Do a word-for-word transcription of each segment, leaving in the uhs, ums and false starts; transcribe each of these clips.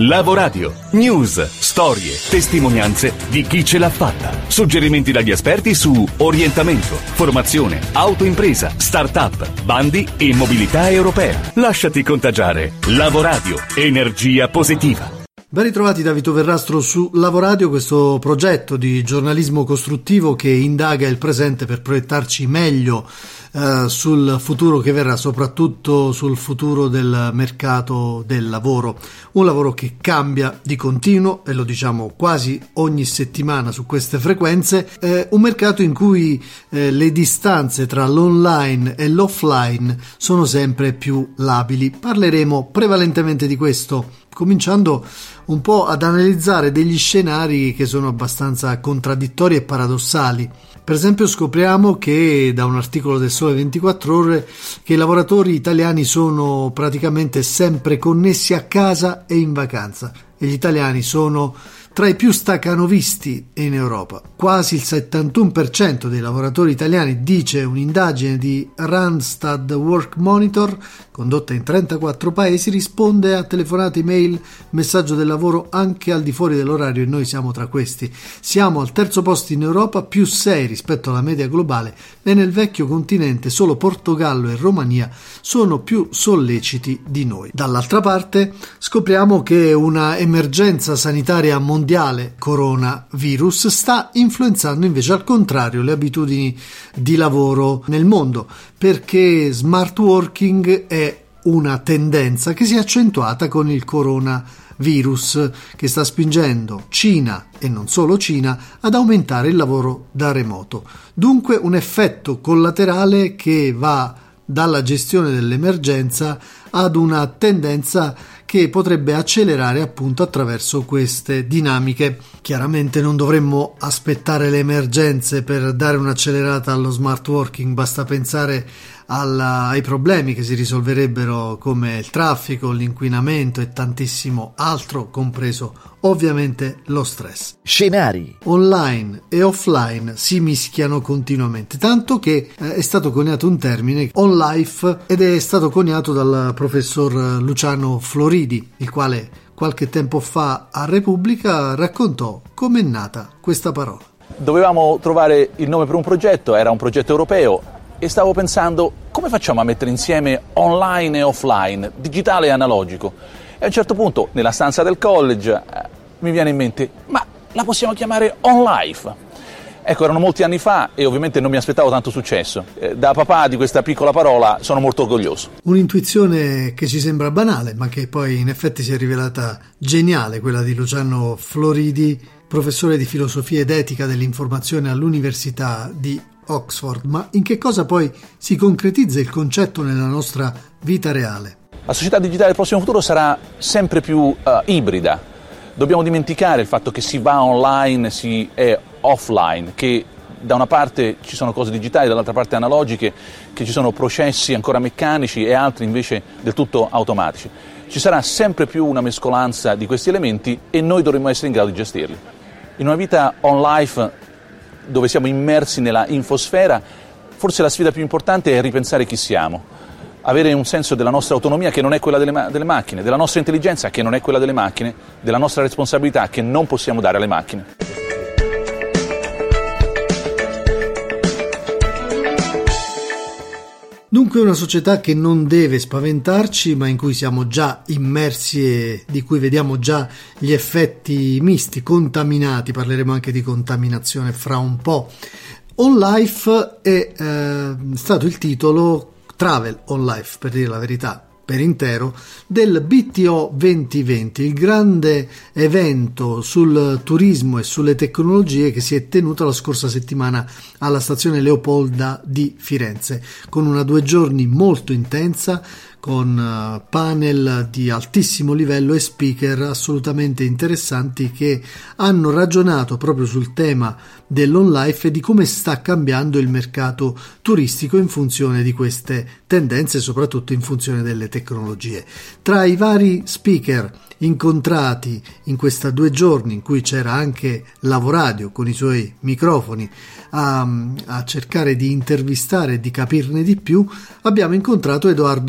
Lavoradio. News, storie, testimonianze di chi ce l'ha fatta. Suggerimenti dagli esperti su orientamento, formazione, autoimpresa, start-up, bandi e mobilità europea. Lasciati contagiare. Lavoradio. Energia positiva. Ben ritrovati da Vito Verrastro su Lavoradio, questo progetto di giornalismo costruttivo che indaga il presente per proiettarci meglio eh, sul futuro che verrà, soprattutto sul futuro del mercato del lavoro. Un lavoro che cambia di continuo e lo diciamo quasi ogni settimana su queste frequenze, eh, un mercato in cui eh, le distanze tra l'online e l'offline sono sempre più labili. Parleremo prevalentemente di questo, cominciando un po' ad analizzare degli scenari che sono abbastanza contraddittori e paradossali. Per esempio scopriamo che da un articolo del Sole ventiquattro Ore che i lavoratori italiani sono praticamente sempre connessi a casa e in vacanza e gli italiani sono tra i più stacanovisti in Europa. Quasi il settantuno per cento dei lavoratori italiani, dice un'indagine di Randstad Work Monitor condotta in trentaquattro paesi, risponde a telefonate, email, messaggio del lavoro anche al di fuori dell'orario e noi siamo tra questi. Siamo al terzo posto in Europa, più sei rispetto alla media globale, e nel vecchio continente solo Portogallo e Romania sono più solleciti di noi. Dall'altra parte scopriamo che una emergenza sanitaria mondiale coronavirus sta influenzando invece al contrario le abitudini di lavoro nel mondo, perché smart working è una tendenza che si è accentuata con il coronavirus, che sta spingendo Cina e non solo Cina ad aumentare il lavoro da remoto. Dunque un effetto collaterale che va dalla gestione dell'emergenza ad una tendenza che potrebbe accelerare appunto attraverso queste dinamiche. Chiaramente non dovremmo aspettare le emergenze per dare un'accelerata allo smart working, basta pensare alla, ai problemi che si risolverebbero come il traffico, l'inquinamento e tantissimo altro, compreso ovviamente lo stress. Scenari online e offline si mischiano continuamente, tanto che eh, è stato coniato un termine on life ed è stato coniato dal professor Luciano Floridi, il quale qualche tempo fa a Repubblica raccontò com'è nata questa parola. Dovevamo trovare il nome per un progetto, era un progetto europeo e stavo pensando come facciamo a mettere insieme online e offline, digitale e analogico. E a un certo punto nella stanza del college eh, mi viene in mente, ma la possiamo chiamare on life? Ecco, erano molti anni fa e ovviamente non mi aspettavo tanto successo. Eh, da papà di questa piccola parola sono molto orgoglioso. Un'intuizione che ci sembra banale, ma che poi in effetti si è rivelata geniale, quella di Luciano Floridi, professore di filosofia ed etica dell'informazione all'Università di Oxford. Ma in che cosa poi si concretizza il concetto nella nostra vita reale? La società digitale del prossimo futuro sarà sempre più uh, ibrida. Dobbiamo dimenticare il fatto che si va online, si è offline, che da una parte ci sono cose digitali, dall'altra parte analogiche, che ci sono processi ancora meccanici e altri invece del tutto automatici. Ci sarà sempre più una mescolanza di questi elementi e noi dovremo essere in grado di gestirli. In una vita on life dove siamo immersi nella infosfera, forse la sfida più importante è ripensare chi siamo. Avere un senso della nostra autonomia che non è quella delle, ma- delle macchine, della nostra intelligenza che non è quella delle macchine, della nostra responsabilità che non possiamo dare alle macchine. Dunque una società che non deve spaventarci, ma in cui siamo già immersi e di cui vediamo già gli effetti misti, contaminati. Parleremo anche di contaminazione fra un po'. On Life è eh, stato il titolo, Travel on Life per dire la verità, per intero, del B T O duemilaventi, il grande evento sul turismo e sulle tecnologie che si è tenuto la scorsa settimana alla stazione Leopolda di Firenze, con una due giorni molto intensa, con panel di altissimo livello e speaker assolutamente interessanti che hanno ragionato proprio sul tema dell'on life e di come sta cambiando il mercato turistico in funzione di queste tendenze e soprattutto in funzione delle tecnologie. Tra i vari speaker incontrati in questa due giorni, in cui c'era anche Lavoradio con i suoi microfoni a, a cercare di intervistare e di capirne di più, abbiamo incontrato Edoardo Colombo,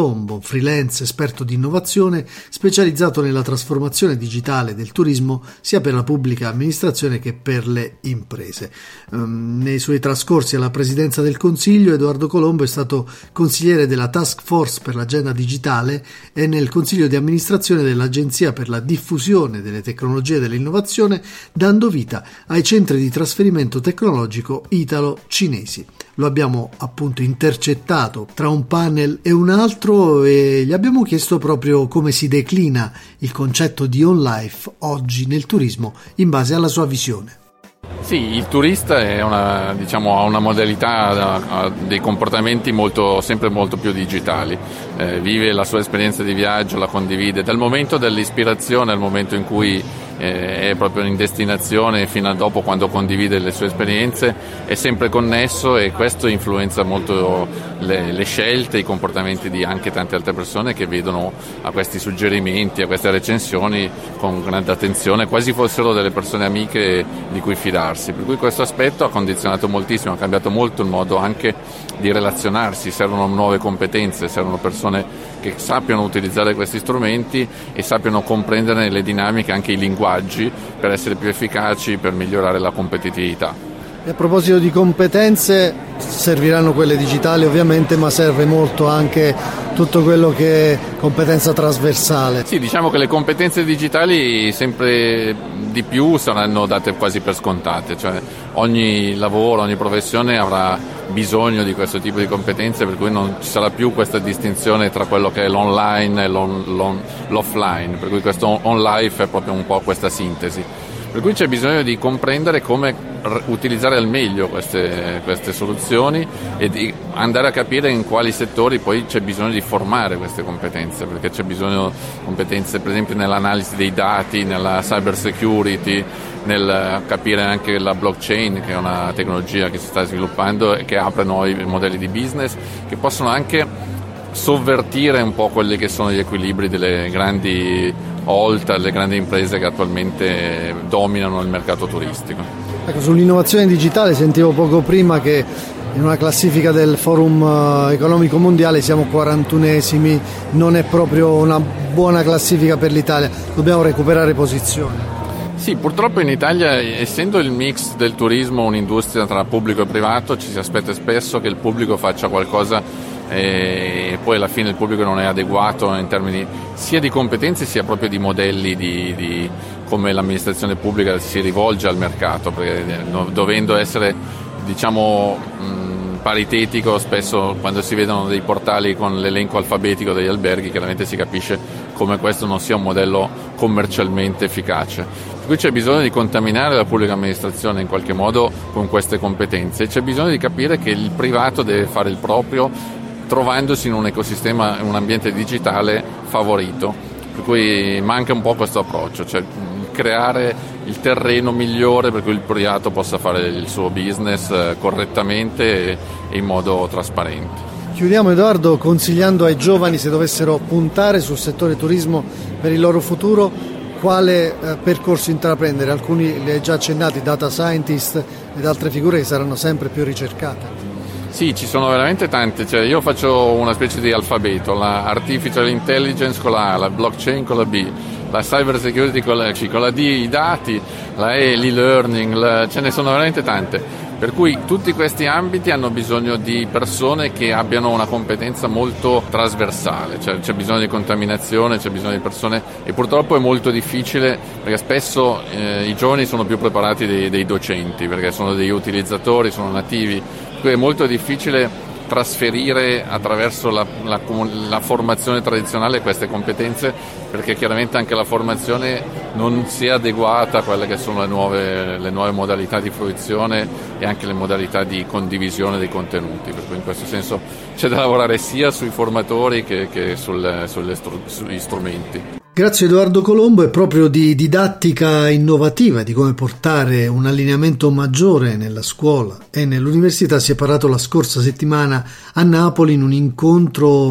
Colombo, freelance esperto di innovazione specializzato nella trasformazione digitale del turismo sia per la pubblica amministrazione che per le imprese. Um, nei suoi trascorsi alla presidenza del Consiglio, Edoardo Colombo è stato consigliere della Task Force per l'agenda digitale e nel Consiglio di amministrazione dell'Agenzia per la diffusione delle tecnologie e dell'innovazione, dando vita ai centri di trasferimento tecnologico italo-cinesi. Lo abbiamo appunto intercettato tra un panel e un altro e gli abbiamo chiesto proprio come si declina il concetto di on life oggi nel turismo in base alla sua visione. Sì, il turista è una, diciamo, ha una modalità, ha dei comportamenti molto, sempre molto più digitali, eh, vive la sua esperienza di viaggio, la condivide, dal momento dell'ispirazione al momento in cui eh, è proprio in destinazione fino a dopo, quando condivide le sue esperienze, è sempre connesso, e questo influenza molto le, le scelte, i comportamenti di anche tante altre persone che vedono a questi suggerimenti, a queste recensioni con grande attenzione, quasi fossero delle persone amiche di cui fidarsi. Per cui questo aspetto ha condizionato moltissimo, ha cambiato molto il modo anche di relazionarsi. Servono nuove competenze, servono persone che sappiano utilizzare questi strumenti e sappiano comprendere le dinamiche, anche i linguaggi, per essere più efficaci, per migliorare la competitività. E a proposito di competenze, serviranno quelle digitali ovviamente, ma serve molto anche tutto quello che è competenza trasversale. Sì, diciamo che le competenze digitali sempre di più saranno date quasi per scontate, cioè ogni lavoro, ogni professione avrà bisogno di questo tipo di competenze, per cui non ci sarà più questa distinzione tra quello che è l'online e l'on, l'on, l'offline, per cui questo on life è proprio un po' questa sintesi. Per cui c'è bisogno di comprendere come utilizzare al meglio queste, queste soluzioni e di andare a capire in quali settori poi c'è bisogno di formare queste competenze, perché c'è bisogno di competenze per esempio nell'analisi dei dati, nella cyber security, nel capire anche la blockchain, che è una tecnologia che si sta sviluppando e che apre nuovi modelli di business che possono anche sovvertire un po' quelli che sono gli equilibri delle grandi Oltre alle grandi imprese che attualmente dominano il mercato turistico. Ecco, sull'innovazione digitale sentivo poco prima che in una classifica del Forum Economico Mondiale siamo quarantunesimi, non è proprio una buona classifica per l'Italia, dobbiamo recuperare posizioni. Sì, purtroppo in Italia, essendo il mix del turismo un'industria tra pubblico e privato, ci si aspetta spesso che il pubblico faccia qualcosa e poi alla fine il pubblico non è adeguato in termini sia di competenze sia proprio di modelli di, di come l'amministrazione pubblica si rivolge al mercato, perché dovendo essere diciamo mh, paritetico, spesso quando si vedono dei portali con l'elenco alfabetico degli alberghi chiaramente si capisce come questo non sia un modello commercialmente efficace. Per cui c'è bisogno di contaminare la pubblica amministrazione in qualche modo con queste competenze, c'è bisogno di capire che il privato deve fare il proprio trovandosi in un ecosistema, in un ambiente digitale favorito, per cui manca un po' questo approccio, cioè creare il terreno migliore per cui il privato possa fare il suo business correttamente e in modo trasparente. Chiudiamo, Edoardo, consigliando ai giovani, se dovessero puntare sul settore turismo per il loro futuro, quale eh, percorso intraprendere? Alcuni li hai già accennati, data scientist ed altre figure che saranno sempre più ricercate. Sì, ci sono veramente tante, cioè io faccio una specie di alfabeto, la artificial intelligence con la A, la blockchain con la B, la cyber security con la C, con la D i dati, la E l'e-learning, la... ce ne sono veramente tante. Per cui tutti questi ambiti hanno bisogno di persone che abbiano una competenza molto trasversale, cioè c'è bisogno di contaminazione, c'è bisogno di persone, e purtroppo è molto difficile perché spesso eh, i giovani sono più preparati dei, dei docenti, perché sono degli utilizzatori, sono nativi, per cui è molto difficile trasferire attraverso la, la, la formazione tradizionale queste competenze, perché chiaramente anche la formazione non si è adeguata a quelle che sono le nuove, le nuove modalità di fruizione e anche le modalità di condivisione dei contenuti, per cui in questo senso c'è da lavorare sia sui formatori che, che sul, sulle stru, sugli strumenti. Grazie Edoardo Colombo, è proprio di didattica innovativa, di come portare un allineamento maggiore nella scuola e nell'università si è parlato la scorsa settimana a Napoli in un incontro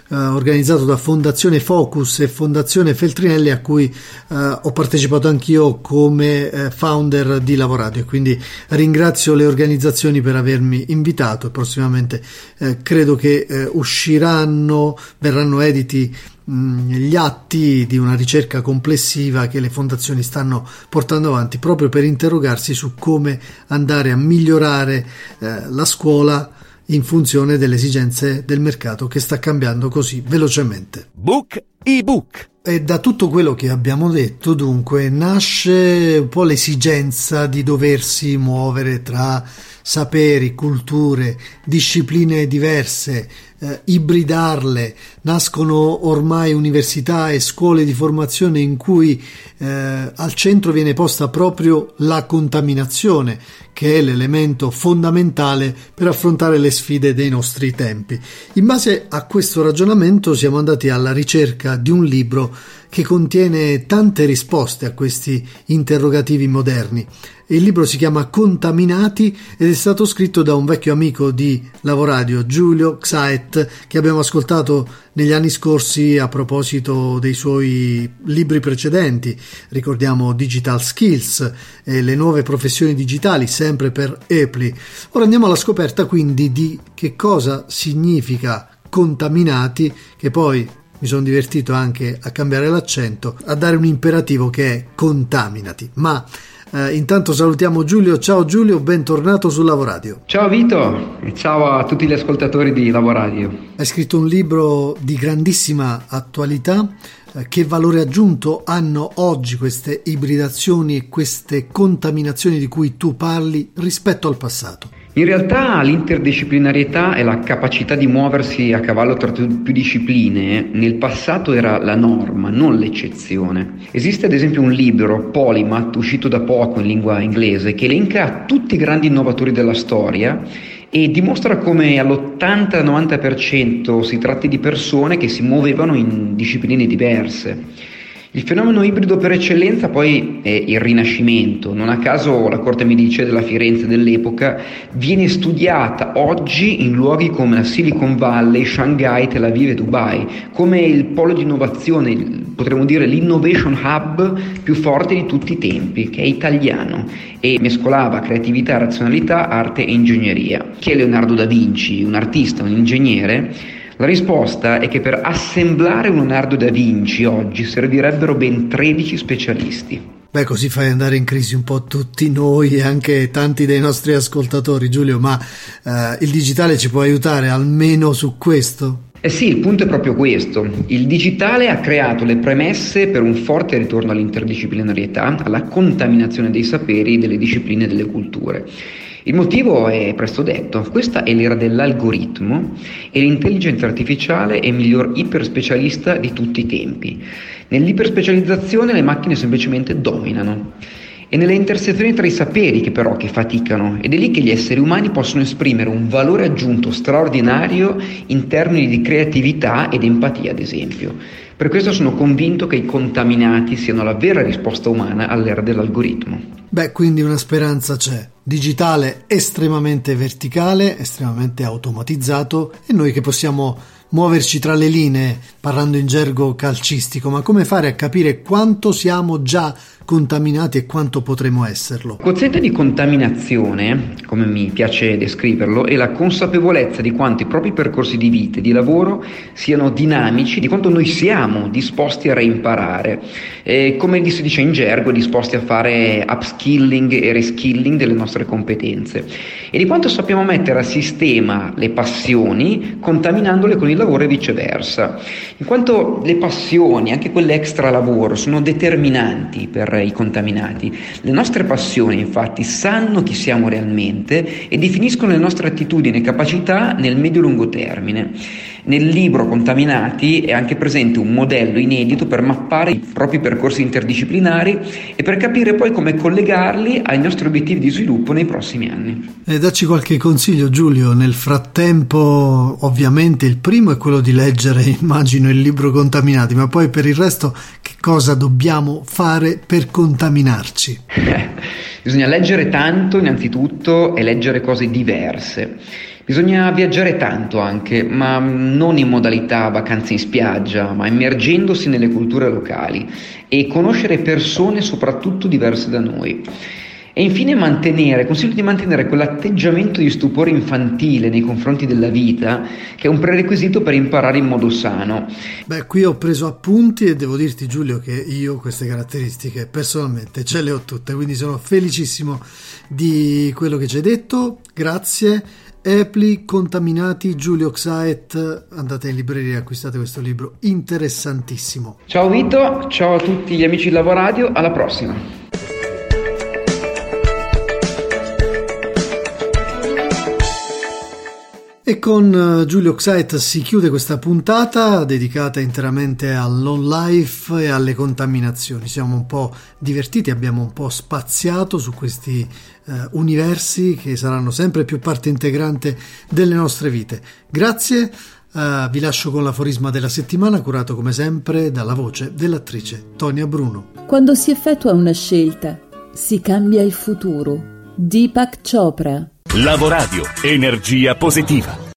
eh, organizzato da Fondazione Focus e Fondazione Feltrinelli, a cui eh, ho partecipato anch'io come eh, founder di Lavoradio, quindi ringrazio le organizzazioni per avermi invitato e prossimamente eh, credo che eh, usciranno, verranno editi mh, gli atti di una ricerca complessiva che le fondazioni stanno portando avanti proprio per interrogarsi su come andare a migliorare eh, la scuola in funzione delle esigenze del mercato che sta cambiando così velocemente. Book ebook. E da tutto quello che abbiamo detto, dunque, nasce un po' l'esigenza di doversi muovere tra saperi, culture, discipline diverse, eh, ibridarle. Nascono ormai università e scuole di formazione in cui eh, al centro viene posta proprio la contaminazione, che è l'elemento fondamentale per affrontare le sfide dei nostri tempi. In base a questo ragionamento siamo andati alla ricerca di un libro che contiene tante risposte a questi interrogativi moderni. Il libro si chiama Contaminati ed è stato scritto da un vecchio amico di Lavoradio, Giulio Xaet, che abbiamo ascoltato negli anni scorsi a proposito dei suoi libri precedenti. Ricordiamo Digital Skills e le nuove professioni digitali, sempre per Epli. Ora andiamo alla scoperta quindi di che cosa significa contaminati, che poi mi sono divertito anche a cambiare l'accento, a dare un imperativo che è contaminati. Ma eh, intanto salutiamo Giulio. Ciao Giulio, bentornato su Lavoradio. Ciao Vito e ciao a tutti gli ascoltatori di Lavoradio. Hai scritto un libro di grandissima attualità. Eh, che valore aggiunto hanno oggi queste ibridazioni e queste contaminazioni di cui tu parli rispetto al passato? In realtà l'interdisciplinarietà e la capacità di muoversi a cavallo tra più discipline nel passato era la norma, non l'eccezione. Esiste ad esempio un libro, Polymath, uscito da poco in lingua inglese, che elenca tutti i grandi innovatori della storia e dimostra come all'ottanta novanta per cento si tratti di persone che si muovevano in discipline diverse. Il fenomeno ibrido per eccellenza poi è il Rinascimento. Non a caso la corte medicea della Firenze dell'epoca viene studiata oggi in luoghi come la Silicon Valley, Shanghai, Tel Aviv e Dubai, come il polo di innovazione, potremmo dire l'innovation hub più forte di tutti i tempi, che è italiano e mescolava creatività, razionalità, arte e ingegneria. Chi è Leonardo da Vinci? Un artista, un ingegnere? La risposta è che per assemblare un Leonardo da Vinci oggi servirebbero ben tredici specialisti. Beh, così fai andare in crisi un po' tutti noi e anche tanti dei nostri ascoltatori, Giulio, ma eh, il digitale ci può aiutare almeno su questo? Eh sì, il punto è proprio questo. Il digitale ha creato le premesse per un forte ritorno all'interdisciplinarietà, alla contaminazione dei saperi, delle discipline e delle culture. Il motivo è presto detto: questa è l'era dell'algoritmo e l'intelligenza artificiale è il miglior iperspecialista di tutti i tempi. Nell'iperspecializzazione le macchine semplicemente dominano. È nelle intersezioni tra i saperi che però che faticano, ed è lì che gli esseri umani possono esprimere un valore aggiunto straordinario in termini di creatività ed empatia, ad esempio. Per questo sono convinto che i contaminati siano la vera risposta umana all'era dell'algoritmo. Beh, quindi una speranza c'è. Digitale estremamente verticale, estremamente automatizzato, e noi che possiamo muoverci tra le linee, parlando in gergo calcistico, ma come fare a capire quanto siamo già contaminati e quanto potremo esserlo? Il quoziente di contaminazione, come mi piace descriverlo, è la consapevolezza di quanto i propri percorsi di vita e di lavoro siano dinamici, di quanto noi siamo disposti a reimparare, e come si dice in gergo, disposti a fare upskilling e reskilling delle nostre competenze, e di quanto sappiamo mettere a sistema le passioni contaminandole con il lavoro e viceversa, in quanto le passioni, anche quelle extra lavoro, sono determinanti per i contaminati. Le nostre passioni infatti sanno chi siamo realmente e definiscono le nostre attitudini e capacità nel medio-lungo termine. Nel libro Contaminati è anche presente un modello inedito per mappare i propri percorsi interdisciplinari e per capire poi come collegarli ai nostri obiettivi di sviluppo nei prossimi anni. E dacci qualche consiglio, Giulio. Nel frattempo, ovviamente, il primo è quello di leggere, immagino, il libro Contaminati, ma poi per il resto che cosa dobbiamo fare per contaminarci? Bisogna leggere tanto innanzitutto e leggere cose diverse. Bisogna viaggiare tanto anche, ma non in modalità vacanze in spiaggia, ma immergendosi nelle culture locali e conoscere persone soprattutto diverse da noi. E infine mantenere, consiglio di mantenere quell'atteggiamento di stupore infantile nei confronti della vita, che è un prerequisito per imparare in modo sano. Beh, qui ho preso appunti e devo dirti, Giulio, che io queste caratteristiche personalmente ce le ho tutte, quindi sono felicissimo di quello che ci hai detto. Grazie. Epli contaminati, Giulio Xaet, andate in libreria e acquistate questo libro interessantissimo. Ciao Vito, ciao a tutti gli amici di Lavoradio, alla prossima. E con Giulio Xaet si chiude questa puntata dedicata interamente all'on life e alle contaminazioni. Siamo un po' divertiti, abbiamo un po' spaziato su questi eh, universi che saranno sempre più parte integrante delle nostre vite. Grazie, eh, vi lascio con l'aforisma della settimana curato come sempre dalla voce dell'attrice Tonia Bruno. Quando si effettua una scelta, si cambia il futuro. Deepak Chopra. Lavoradio, energia positiva.